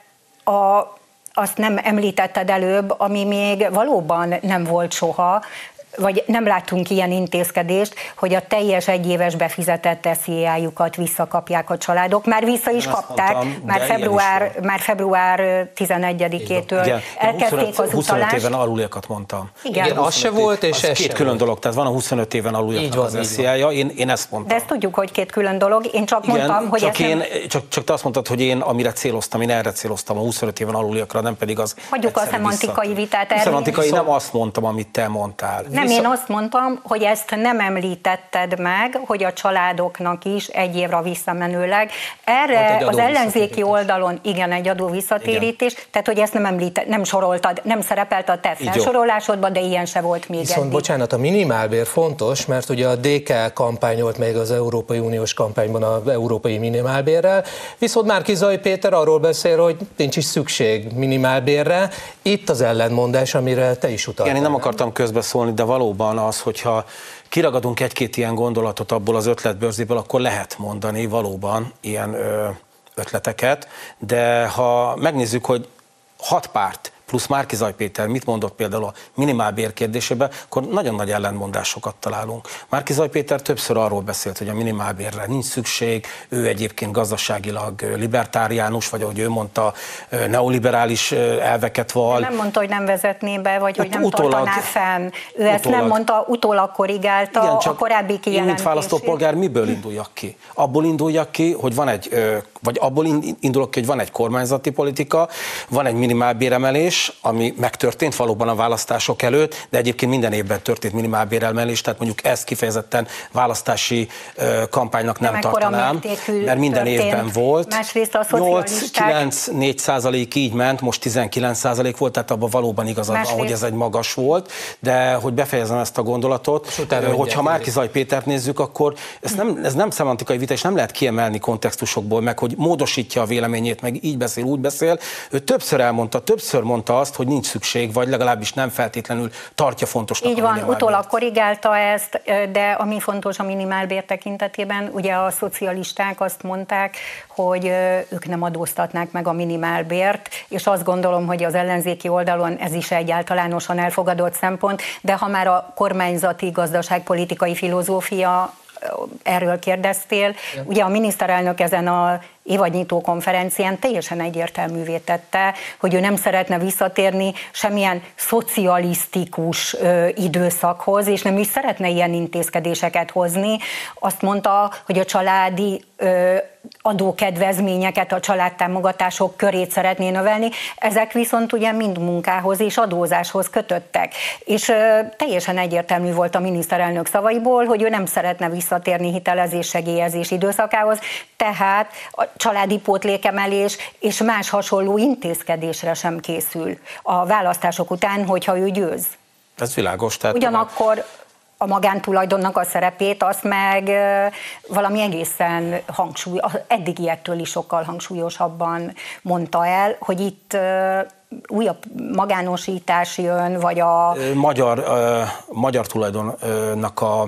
Speaker 5: azt nem említetted előbb, ami még valóban nem volt soha, vagy nem láttunk ilyen intézkedést, hogy a teljes egyéves befizetett SZIA-jukat visszakapják a családok. Már vissza is kapták, már február 11-től elkezdték az
Speaker 3: 25
Speaker 5: utalást.
Speaker 3: éven aluliakat mondtam.
Speaker 2: Igen, az se volt, és ez
Speaker 3: két külön dolog, tehát van a 25 éven aluliaknak az SZIA-ja, én ezt mondtam.
Speaker 5: De ezt tudjuk, hogy két külön dolog, én csak mondtam, hogy
Speaker 3: csak te azt mondtad, hogy én amire céloztam, én erre céloztam, a 25 éven aluliakra, nem pedig az.
Speaker 5: Hagyjuk a szemantikai vitát.
Speaker 3: Szemantikai, nem azt mondtam, amit te mondtál.
Speaker 5: Nem, én azt mondtam, hogy ezt nem említetted meg, hogy a családoknak is egy évre visszamenőleg. Erre az ellenzéki oldalon igen, egy adóvisszatérítés, tehát hogy ezt nem soroltad, nem szerepelt a te felsorolásodban, de ilyen se volt még
Speaker 2: Viszont
Speaker 5: eddig.
Speaker 2: Bocsánat, a minimálbér fontos, mert ugye a DK kampányolt még az Európai Uniós kampányban az európai minimálbérrel, viszont Márki-Zay Péter arról beszél, hogy nincs is szükség minimálbérre. Itt az ellentmondás, amire te is utaltál.
Speaker 3: Igen, én nem akartam közbeszólni, de valóban az, hogyha kiragadunk egy-két ilyen gondolatot abból az ötletbörzéből, akkor lehet mondani valóban ilyen ötleteket, de ha megnézzük, hogy 6 párt plusz Márki-Zay Péter mit mondott például a minimálbér kérdésében, akkor nagyon nagy ellentmondásokat találunk. Márki-Zay Péter többször arról beszélt, hogy a minimálbérre nincs szükség, ő egyébként gazdaságilag libertáriánus, vagy ahogy ő mondta, neoliberális elveket val.
Speaker 5: Nem mondta, hogy nem vezetné be, vagy hogy nem tartaná fenn. Ő ezt nem mondta, utólag korrigálta. Igen, a korábbi kijelentését.
Speaker 3: Mint választópolgár miből induljak ki? Abból induljak ki, hogy van egy, vagy abból indulok ki, hogy van egy kormányzati politika, van egy minimálbéremelés, ami megtörtént valóban a választások előtt, de egyébként minden évben történt minimálbéremelés, tehát mondjuk ezt kifejezetten választási kampánynak nem tartanám, mert minden évben volt. 8-9-4% így ment, most 19% volt, tehát abban valóban igaz, ahogy ez egy magas volt, de hogy befejezem ezt a gondolatot, hogyha Márki-Zay Pétert nézzük, akkor ez nem szemantikai vita, és nem lehet kiemelni kontextusokból, meg hogy módosítja a véleményét, meg így beszél, úgy beszél. Ő többször mondta azt, hogy nincs szükség, vagy legalábbis nem feltétlenül tartja fontosnak.
Speaker 5: Így van, utólag korrigálta ezt, de ami fontos a minimálbér tekintetében, ugye a szocialisták azt mondták, hogy ők nem adóztatnák meg a minimálbért, és azt gondolom, hogy az ellenzéki oldalon ez is egy általánosan elfogadott szempont, de ha már a kormányzati gazdaságpolitikai filozófia, erről kérdeztél, ugye a miniszterelnök ezen a évadnyitó konferencián teljesen egyértelművé tette, hogy ő nem szeretne visszatérni semmilyen szocialisztikus időszakhoz, és nem is szeretne ilyen intézkedéseket hozni. Azt mondta, hogy a családi adókedvezményeket, a családtámogatások körét szeretné növelni, ezek viszont ugye mind munkához és adózáshoz kötöttek. És teljesen egyértelmű volt a miniszterelnök szavaiból, hogy ő nem szeretne visszatérni hitelezés, segélyezés időszakához, tehát a családi pótlékemelés és más hasonló intézkedésre sem készül a választások után, hogyha ő győz.
Speaker 3: Ez világos. Tehát
Speaker 5: ugyanakkor a magántulajdonnak a szerepét, azt meg valami egészen eddigiektől is sokkal hangsúlyosabban mondta el, hogy itt újabb magánosítás jön, vagy a
Speaker 3: magyar tulajdonnak a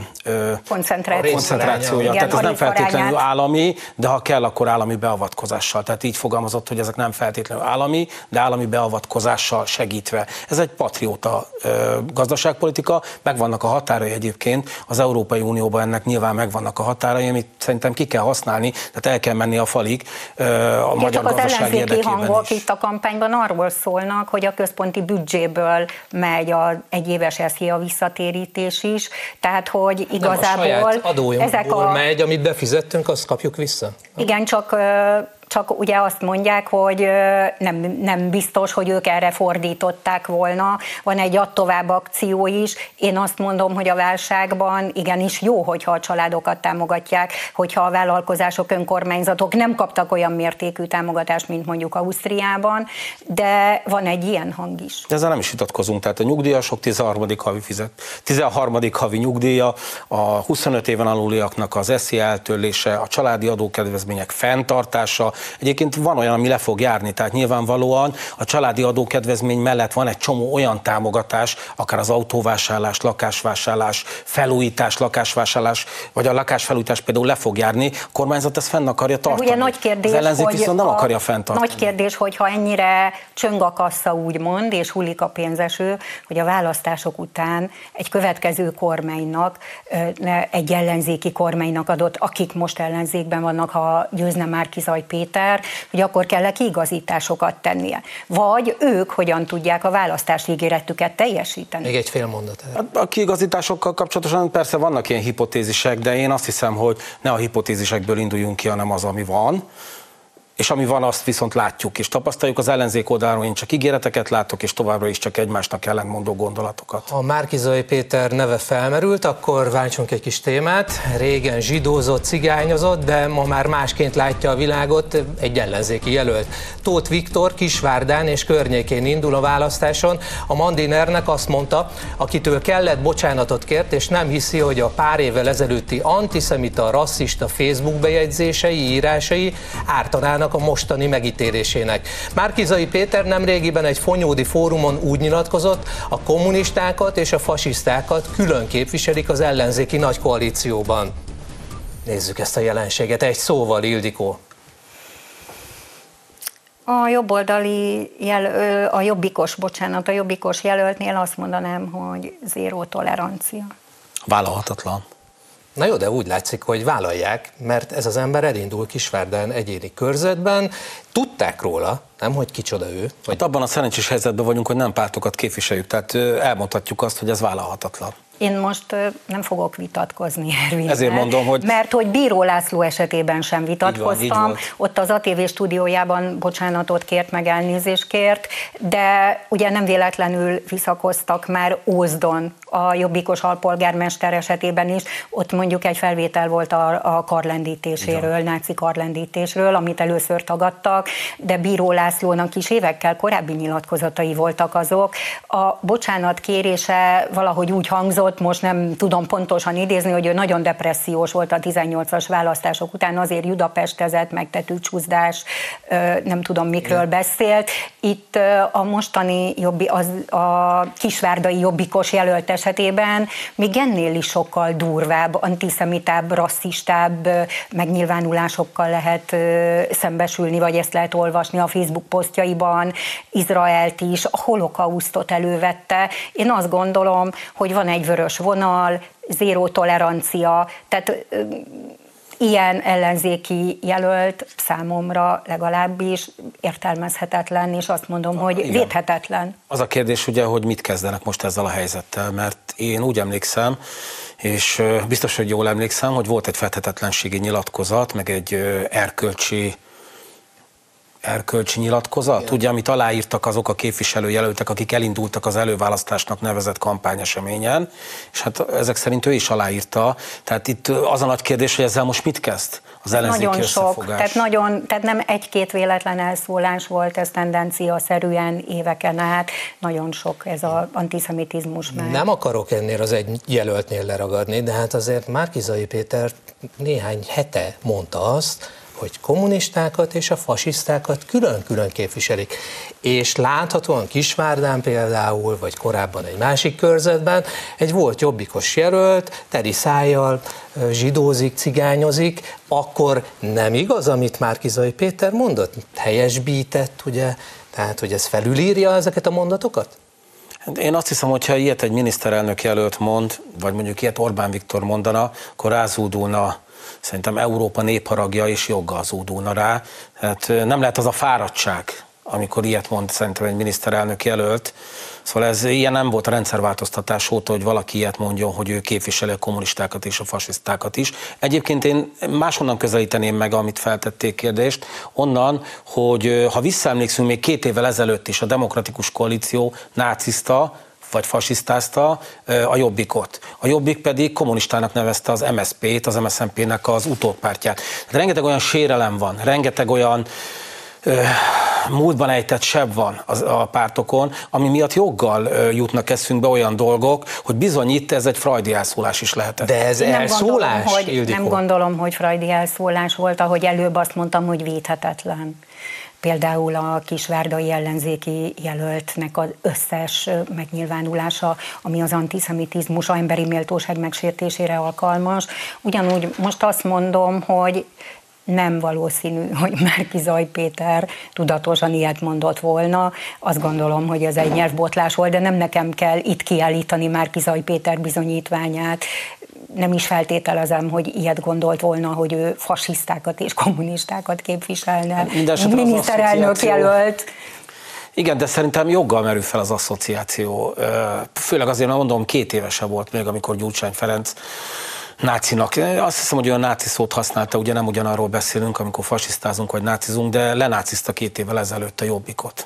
Speaker 5: Igen,
Speaker 3: koncentrációja. Tehát ez nem feltétlenül állami, de ha kell, akkor állami beavatkozással. Tehát így fogalmazott, hogy ezek nem feltétlenül állami, de állami beavatkozással segítve. Ez egy patrióta gazdaságpolitika, megvannak a határai egyébként, az Európai Unióban ennek nyilván megvannak a határai, amit szerintem ki kell használni, tehát el kell menni a falig a magyar gazdaság érdekében is.
Speaker 5: Hangok itt a kampányban arról szól, szólnak, hogy a központi büdzséből megy az egyéves SZIA visszatérítés is, tehát hogy igazából
Speaker 2: nem a saját adójunkból megy, amit befizettünk, azt kapjuk vissza?
Speaker 5: Igen, csak ugye azt mondják, hogy nem biztos, hogy ők erre fordították volna. Van egy add tovább akció is. Én azt mondom, hogy a válságban igenis jó, hogyha a családokat támogatják, hogyha a vállalkozások, önkormányzatok nem kaptak olyan mértékű támogatást, mint mondjuk Ausztriában, de van egy ilyen hang is.
Speaker 3: De ezzel nem is vitatkozunk, tehát a nyugdíjasok 13. havi nyugdíja, a 25 éven aluliaknak az SZIA eltörlése, a családi adókedvezmények fenntartása. Egyébként van olyan, ami le fog járni, tehát nyilvánvalóan a családi adókedvezmény mellett van egy csomó olyan támogatás, akár az autóvásárlás, lakásvásárlás, felújítás, lakásvásárlás, vagy a lakásfelújítás például le fog járni, a kormányzat ezt fenn akarja tartani.
Speaker 5: Ugye nagy kérdés,
Speaker 3: az ellenzék viszont nem akarja fenntartani.
Speaker 5: Nagy kérdés, hogyha ennyire csöng a kassa úgymond, és hullik a pénzeső, hogy a választások után egy következő kormánynak, egy ellenzéki kormánynak adott, akik most ellenzékben vannak, ha győzne Márki-Zay Péter, hogy akkor kell kiigazításokat tennie. Vagy ők hogyan tudják a választási ígéretüket teljesíteni.
Speaker 2: Még egy fél mondat.
Speaker 3: A kiigazításokkal kapcsolatosan persze vannak ilyen hipotézisek, de én azt hiszem, hogy ne a hipotézisekből induljunk ki, hanem az, ami van. És ami van, azt viszont látjuk és tapasztaljuk. Az ellenzék oldalról én csak ígéreteket látok, és továbbra is csak egymásnak ellentmondó gondolatokat.
Speaker 2: Ha Márki-Zay Péter neve felmerült, akkor váltsunk egy kis témát. Régen zsidózott, cigányozott, de ma már másként látja a világot egy ellenzéki jelölt. Tóth Viktor Kisvárdán és környékén indul a választáson. A Mandinernek azt mondta, akitől kellett, bocsánatot kért, és nem hiszi, hogy a pár évvel ezelőtti antiszemita, rasszista Facebook bejegyzései, írásai ártanának a mostani megítélésének. Márki-Zay Péter nemrégiben egy fonyódi fórumon úgy nyilatkozott, a kommunistákat és a fasisztákat külön képviselik az ellenzéki nagykoalícióban. Nézzük ezt a jelenséget egy szóval, Ildikó.
Speaker 5: A jobbikos jelöltnél azt mondanám, hogy zéró tolerancia.
Speaker 3: Vállalhatatlan.
Speaker 2: Na jó, de úgy látszik, hogy vállalják, mert ez az ember elindul Kisvárdán egyéni körzetben. Tudták róla, nem, hogy kicsoda ő?
Speaker 3: Hát abban a szerencsés helyzetben vagyunk, hogy nem pártokat képviseljük, tehát elmondhatjuk azt, hogy ez vállalhatatlan.
Speaker 5: Én most nem fogok vitatkozni Ervinnel.
Speaker 3: Ezért mondom, hogy...
Speaker 5: Mert hogy Bíró László esetében sem vitatkoztam,
Speaker 3: így van.
Speaker 5: Ott az ATV stúdiójában bocsánatot kért, meg elnézést kért, de ugye nem véletlenül visszakoztak már Ózdon a jobbikos alpolgármester esetében is, ott mondjuk egy felvétel volt a karlendítéséről, náci karlendítésről, amit először tagadtak, de Bíró Lászlónak is évekkel korábbi nyilatkozatai voltak azok. A bocsánat kérése valahogy úgy hangzott, most nem tudom pontosan idézni, hogy ő nagyon depressziós volt a 18-as választások után, azért judapestezett, meg tetőcsúszdás, nem tudom mikről beszélt. Itt a mostani a kisvárdai jobbikos jelölt esetében még ennél is sokkal durvább, antiszemitább, rasszistább megnyilvánulásokkal lehet szembesülni, vagy ezt lehet olvasni a Facebook posztjaiban. Izraelt is, a holokausztot elővette. Én azt gondolom, hogy van egy vörös vonal, zéró tolerancia, tehát ilyen ellenzéki jelölt számomra legalábbis értelmezhetetlen, és azt mondom, hogy igen, védhetetlen.
Speaker 3: Az a kérdés ugye, hogy mit kezdenek most ezzel a helyzettel, mert én úgy emlékszem, és biztos, hogy jól emlékszem, hogy volt egy fedhetetlenségi nyilatkozat, meg egy erkölcsi nyilatkozat, igen, ugye, amit aláírtak azok a képviselőjelöltek, akik elindultak az előválasztásnak nevezett kampányeseményen, és hát ezek szerint ő is aláírta. Tehát itt az a nagy kérdés, hogy ezzel most mit kezd az ellenzéki összefogás?
Speaker 5: Tehát nem egy-két véletlen elszólás volt, ez tendenciaszerűen éveken át, nagyon sok ez az antiszemitizmus már.
Speaker 2: Nem akarok ennél az egy jelöltnél leragadni, de hát azért Márki-Zay Péter néhány hete mondta azt, hogy kommunistákat és a fasisztákat külön-külön képviselik. És láthatóan Kisvárdán például, vagy korábban egy másik körzetben egy volt jobbikos jelölt, teri szájjal zsidózik, cigányozik, akkor nem igaz, amit Márki-Zay Péter mondott? Helyesbített, ugye? Tehát, hogy ez felülírja ezeket a mondatokat?
Speaker 3: Én azt hiszem, hogyha ilyet egy miniszterelnök jelölt mond, vagy mondjuk ilyet Orbán Viktor mondana, akkor rázúdulna szerintem Európa népharagja, és joggal zúdulna rá. Hát nem lehet az a fáradtság, amikor ilyet mond szerintem egy miniszterelnök jelölt. Szóval ez ilyen nem volt a rendszerváltoztatás óta, hogy valaki ilyet mondjon, hogy ő képviseli a kommunistákat és a fasisztákat is. Egyébként én máshonnan közelíteném meg, amit feltették kérdést, onnan, hogy ha visszaemlékszünk még 2 évvel ezelőtt is a Demokratikus Koalíció nácista, vagy fasisztázta a Jobbikot. A Jobbik pedig kommunistának nevezte az MSZP-t, az MSZNP-nek az utódpártját. Rengeteg olyan sérelem van, rengeteg olyan múltban ejtett seb van a pártokon, ami miatt joggal jutnak eszünkbe olyan dolgok, hogy bizony itt ez egy freudi elszólás is lehetett.
Speaker 2: De ez elszólás, Ildikó?
Speaker 5: Nem gondolom, hogy freudi elszólás volt, ahogy előbb azt mondtam, hogy védhetetlen. Például a kisvárdai ellenzéki jelöltnek az összes megnyilvánulása, ami az antiszemitizmus, az emberi méltóság megsértésére alkalmas. Ugyanúgy most azt mondom, hogy nem valószínű, hogy Márki-Zay Péter tudatosan ilyet mondott volna. Azt gondolom, hogy ez egy nyelvbotlás volt, de nem nekem kell itt kiállítani Márki-Zay Péter bizonyítványát. Nem is feltételezem, hogy ilyet gondolt volna, hogy ő fasisztákat és kommunistákat képviselne. Miniszterelnök jelölt.
Speaker 3: Igen, de szerintem joggal merül fel az asszociáció. Főleg azért, mert mondom, 2 évese volt még, amikor Gyurcsány Ferenc nácinak. Azt hiszem, hogy olyan náci szót használta, ugye nem ugyanarról beszélünk, amikor fasisztázunk vagy nácizunk, de lenácizta 2 évvel ezelőtt a Jobbikot.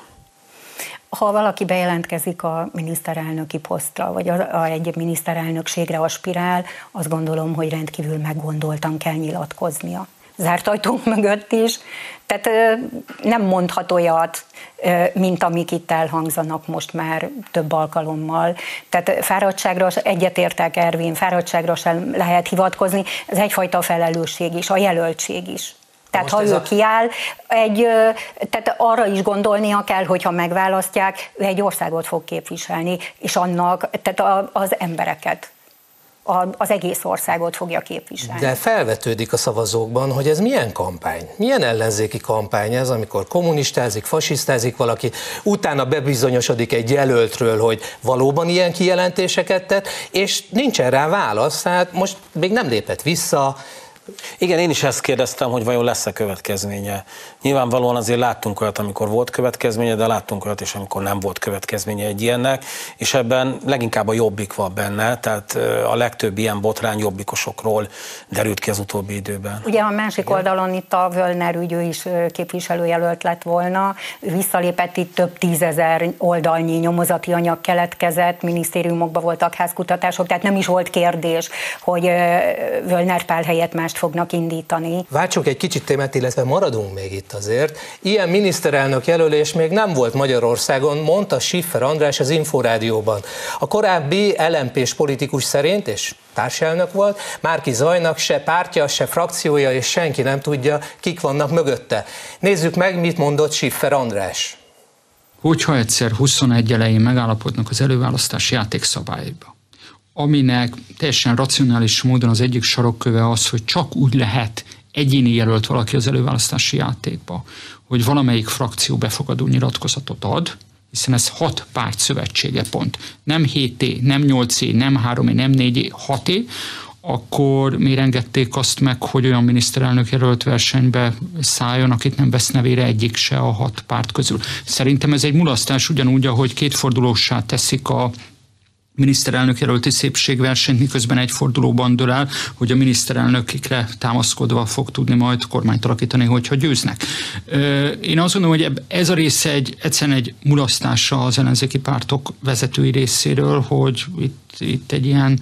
Speaker 5: Ha valaki bejelentkezik a miniszterelnöki posztra, vagy egy miniszterelnökségre aspirál, azt gondolom, hogy rendkívül meggondoltan kell nyilatkoznia. Zárt ajtók mögött is, tehát nem mondhat olyat, mint amik itt elhangzanak most már több alkalommal. Tehát fáradtságra egyetértek, Ervin, fáradtságra sem lehet hivatkozni, ez egyfajta felelősség is, a jelöltség is. Tehát most ha ő kiáll, tehát arra is gondolnia kell, hogyha megválasztják, ő egy országot fog képviselni, és annak, tehát az embereket, az egész országot fogja képviselni.
Speaker 2: De felvetődik a szavazókban, hogy ez milyen kampány? Milyen ellenzéki kampány ez, amikor kommunistázik, fasisztázik valaki, utána bebizonyosodik egy jelöltről, hogy valóban ilyen kijelentéseket tett, és nincsen rá válasz, hát most még nem lépett vissza.
Speaker 3: Igen, én is ezt kérdeztem, hogy vajon lesz-e következménye. Nyilvánvalóan azért láttunk olyat, amikor volt következménye, de láttunk olyat is, amikor nem volt következménye egy ilyennek, és ebben leginkább a Jobbik van benne, tehát a legtöbb ilyen botrány jobbikosokról derült ki az utóbbi időben.
Speaker 5: Ugye a másik oldalon itt a Völner ügy, ő is képviselőjelölt lett volna, ő visszalépett, itt több 10 000 oldalnyi nyomozati anyag keletkezett, minisztériumokban voltak házkutatások, tehát nem is volt kérdés, hogy Völner Pál helyett mást fognak indítani.
Speaker 2: Váltsuk egy kicsit témát, illetve maradunk még itt azért. Ilyen miniszterelnök jelölés még nem volt Magyarországon, mondta Schiffer András az Inforádióban. A korábbi LMP-s politikus szerint, és társelnök volt, Márki-Zaynak se pártja, se frakciója, és senki nem tudja, kik vannak mögötte. Nézzük meg, mit mondott Schiffer András.
Speaker 8: Hogyha egyszer 21 elején megállapodnak az előválasztási játékszabályba, aminek teljesen racionális módon az egyik sarokköve az, hogy csak úgy lehet egyéni jelölt valaki az előválasztási játékba, hogy valamelyik frakció befogadó nyilatkozatot ad, hiszen ez 6 párt szövetsége pont. Nem 7 nem 8 nem 3 nem 4 6 akkor miért engedték azt meg, hogy olyan miniszterelnök jelölt versenybe szálljon, akit nem vesz nevére egyik se a 6 párt közül. Szerintem ez egy mulasztás, ugyanúgy, ahogy kétfordulóssá teszik a miniszterelnök jelölti szépségversenyt, miközben egy fordulóban dől el, hogy a miniszterelnökikre támaszkodva fog tudni majd kormányt alakítani, hogyha győznek. Én azt gondolom, hogy ez a része egyszerűen egy mulasztása az ellenzéki pártok vezetői részéről, hogy itt egy ilyen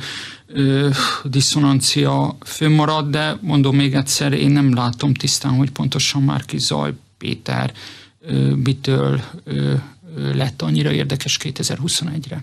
Speaker 8: diszonancia fönnmarad, de mondom még egyszer, én nem látom tisztán, hogy pontosan Márki-Zay Péter mitől lett annyira érdekes 2021-re.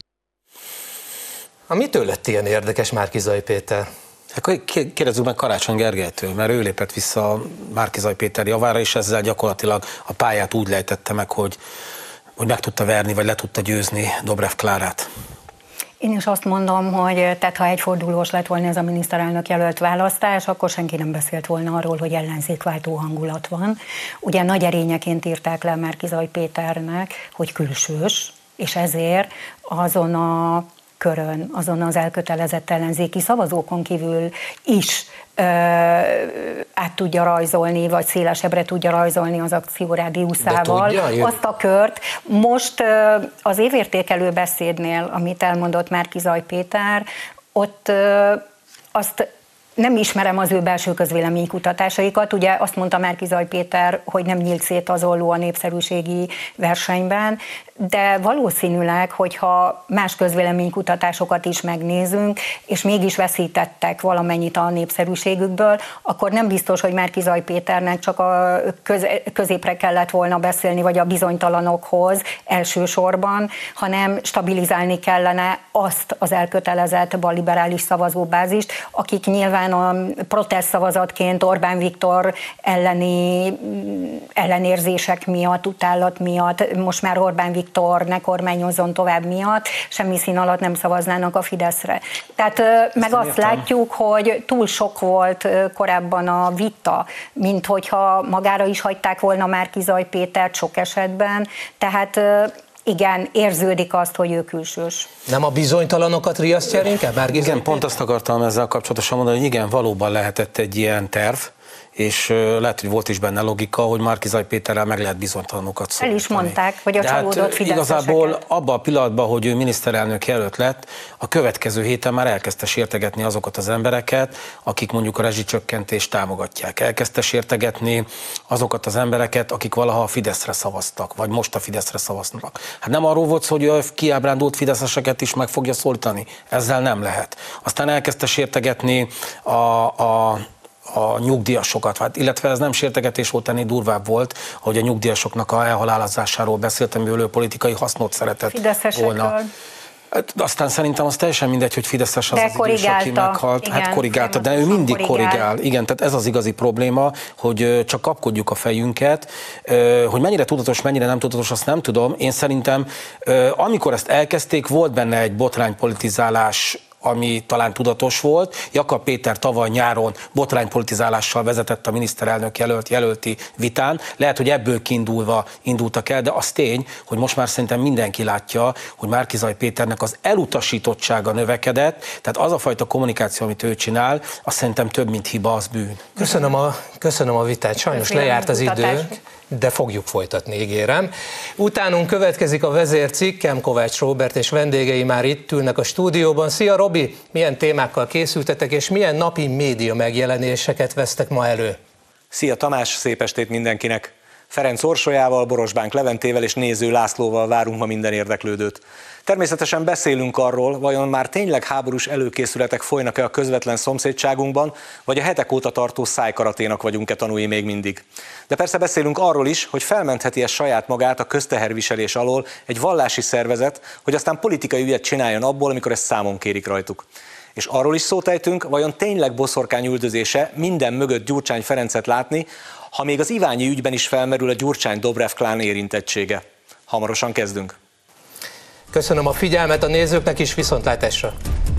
Speaker 2: Mitől lett ilyen érdekes Márki-Zay Péter?
Speaker 3: Akkor kérdezzük meg Karácsony Gergelytől, mert ő lépett vissza Márki-Zay Péter javára, és ezzel gyakorlatilag a pályát úgy lejtette meg, hogy meg tudta verni, vagy le tudta győzni Dobrev Klárát.
Speaker 5: Én is azt mondom, hogy tehát ha egyfordulós lett volna ez a miniszterelnök jelölt választás, akkor senki nem beszélt volna arról, hogy ellenzékváltó hangulat van. Ugye nagy erényeként írták le Márki-Zay Péternek, hogy külsős, és ezért azon a körön, azon az elkötelezett ellenzéki szavazókon kívül is át tudja rajzolni, vagy szélesebbre tudja rajzolni az akciórádiuszával azt a kört. Most az évértékelő beszédnél, amit elmondott Márki-Zay Péter, ott azt nem ismerem az ő belső közvéleménykutatásaikat. Ugye azt mondta Márki-Zay Péter, hogy nem nyílt szét az olló a népszerűségi versenyben, de valószínűleg, hogyha más közvéleménykutatásokat is megnézünk, és mégis veszítettek valamennyit a népszerűségükből, akkor nem biztos, hogy Márki-Zay Péternek csak a középre kellett volna beszélni, vagy a bizonytalanokhoz elsősorban, hanem stabilizálni kellene azt az elkötelezett balliberális szavazóbázist, akik nyilván a protest szavazatként Orbán Viktor elleni ellenérzések miatt, utálat miatt, most már Orbán Viktor ne kormányozzon tovább miatt, semmi szín alatt nem szavaznának a Fideszre. Tehát meg azt látjuk, hogy túl sok volt korábban a vita, mint hogyha magára is hagyták volna Márki-Zay Pétert sok esetben, tehát igen, érződik azt, hogy ő külsős.
Speaker 2: Nem a bizonytalanokat riasztja inkább?
Speaker 3: Igen, pont azt akartam ezzel kapcsolatosan mondani, hogy igen, valóban lehetett egy ilyen terv, és lehet, hogy volt is benne logika, hogy Márki-Zay Péterrel meg lehet bizonytalanokat szólítani.
Speaker 5: El is mondták, hogy a csalódott fideszeseket.
Speaker 3: Igazából abban a pillanatban, hogy ő miniszterelnök jelölt lett, a következő héten már elkezdte sértegetni azokat az embereket, akik mondjuk a rezsicsökkentést támogatják. Elkezdte sértegetni azokat az embereket, akik valaha a Fideszre szavaztak, vagy most a Fideszre szavaznak. Hát nem arról volt szó, hogy a kiábrándult fideszeseket is meg fogja szólítani. Ezzel nem lehet. Aztán elkezdte sértegetni a nyugdíjasokat, illetve ez nem sértegetés volt, ennél durvább volt, hogy a nyugdíjasoknak a elhalálozásáról beszéltem, ő politikai hasznot szeretett volna. Aztán szerintem az teljesen mindegy, hogy fideszes az az idős, aki meghalt. Igen, hát korrigálta, de ő mindig korrigál. Igen, tehát ez az igazi probléma, hogy csak kapkodjuk a fejünket, hogy mennyire tudatos, mennyire nem tudatos, azt nem tudom. Én szerintem, amikor ezt elkezdték, volt benne egy botránypolitizálás, ami talán tudatos volt. Jakab Péter tavaly nyáron botránypolitizálással vezetett a miniszterelnök jelölti vitán. Lehet, hogy ebből kiindulva indultak el, de az tény, hogy most már szerintem mindenki látja, hogy Márki-Zay Péternek az elutasítottsága növekedett, tehát az a fajta kommunikáció, amit ő csinál, azt szerintem több, mint hiba, az bűn.
Speaker 2: Köszönöm a vitát, sajnos lejárt az idő, de fogjuk folytatni, ígérem. Utánunk következik a vezércikk, Kemkovács Róbert és vendégei már itt ülnek a stúdióban. Szia Robi, milyen témákkal készültetek, és milyen napi média megjelenéseket vesztek ma elő?
Speaker 9: Szia Tamás, szép estét mindenkinek! Ferenc Orsolyával, Borosbánk Leventével és Néző Lászlóval várunk ma minden érdeklődőt. Természetesen beszélünk arról, vajon már tényleg háborús előkészületek folynak-e a közvetlen szomszédságunkban, vagy a hetek óta tartó szájkaraténak vagyunk-e tanúi még mindig. De persze beszélünk arról is, hogy felmentheti-e saját magát a közteherviselés alól egy vallási szervezet, hogy aztán politikai ügyet csináljon abból, amikor ezt számon kérik rajtuk. És arról is szót ejtünk, vajon tényleg boszorkány üldözése minden mögött Gyurcsány Ferencet látni, ha még az Iványi ügyben is felmerül a Gyurcsány-Dobrev klán érintettsége. Hamarosan kezdünk.
Speaker 2: Köszönöm a figyelmet a nézőknek is, viszontlátásra!